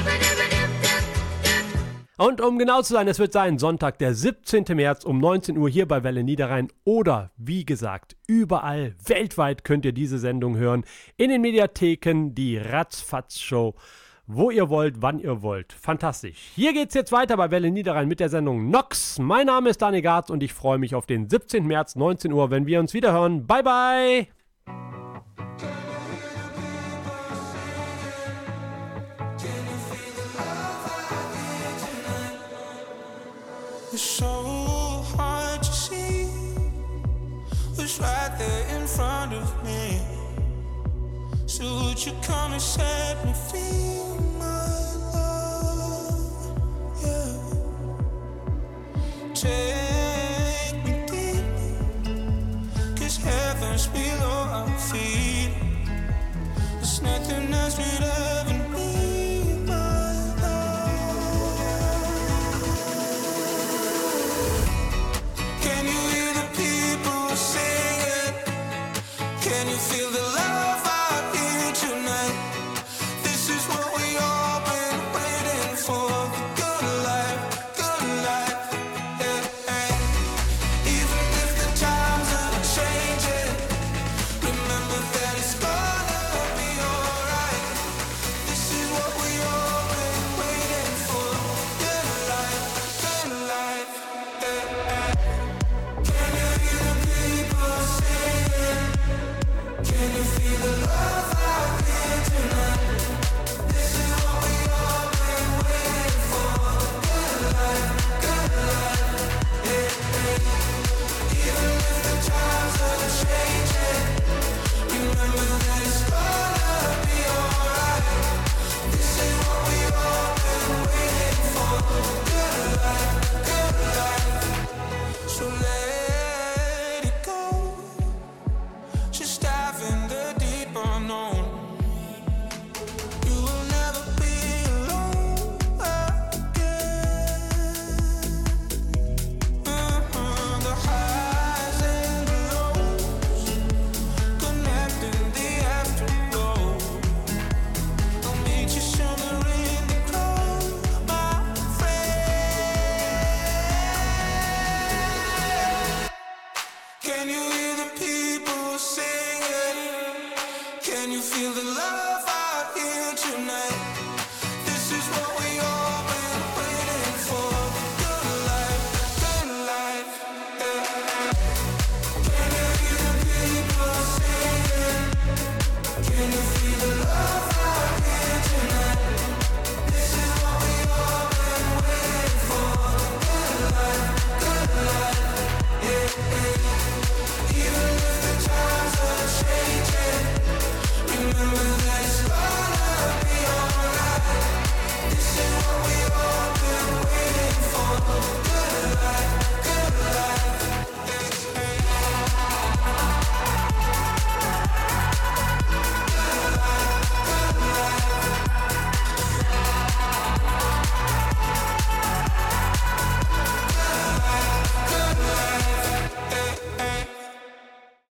Und um genau zu sein, es wird sein Sonntag, der 17. März um 19 Uhr hier bei Welle Niederrhein. Oder, wie gesagt, überall weltweit könnt ihr diese Sendung hören. In den Mediatheken, die Ratzfatz-Show. wo ihr wollt, wann ihr wollt. Fantastisch. Hier geht's jetzt weiter bei Welle Niederrhein mit der Sendung Nox. Mein Name ist Daniel Garz und ich freue mich auf den 17. März, 19 Uhr, wenn wir uns wieder hören. Bye, bye! It's so hard to see what's right there in front of me. So would you come and set me free?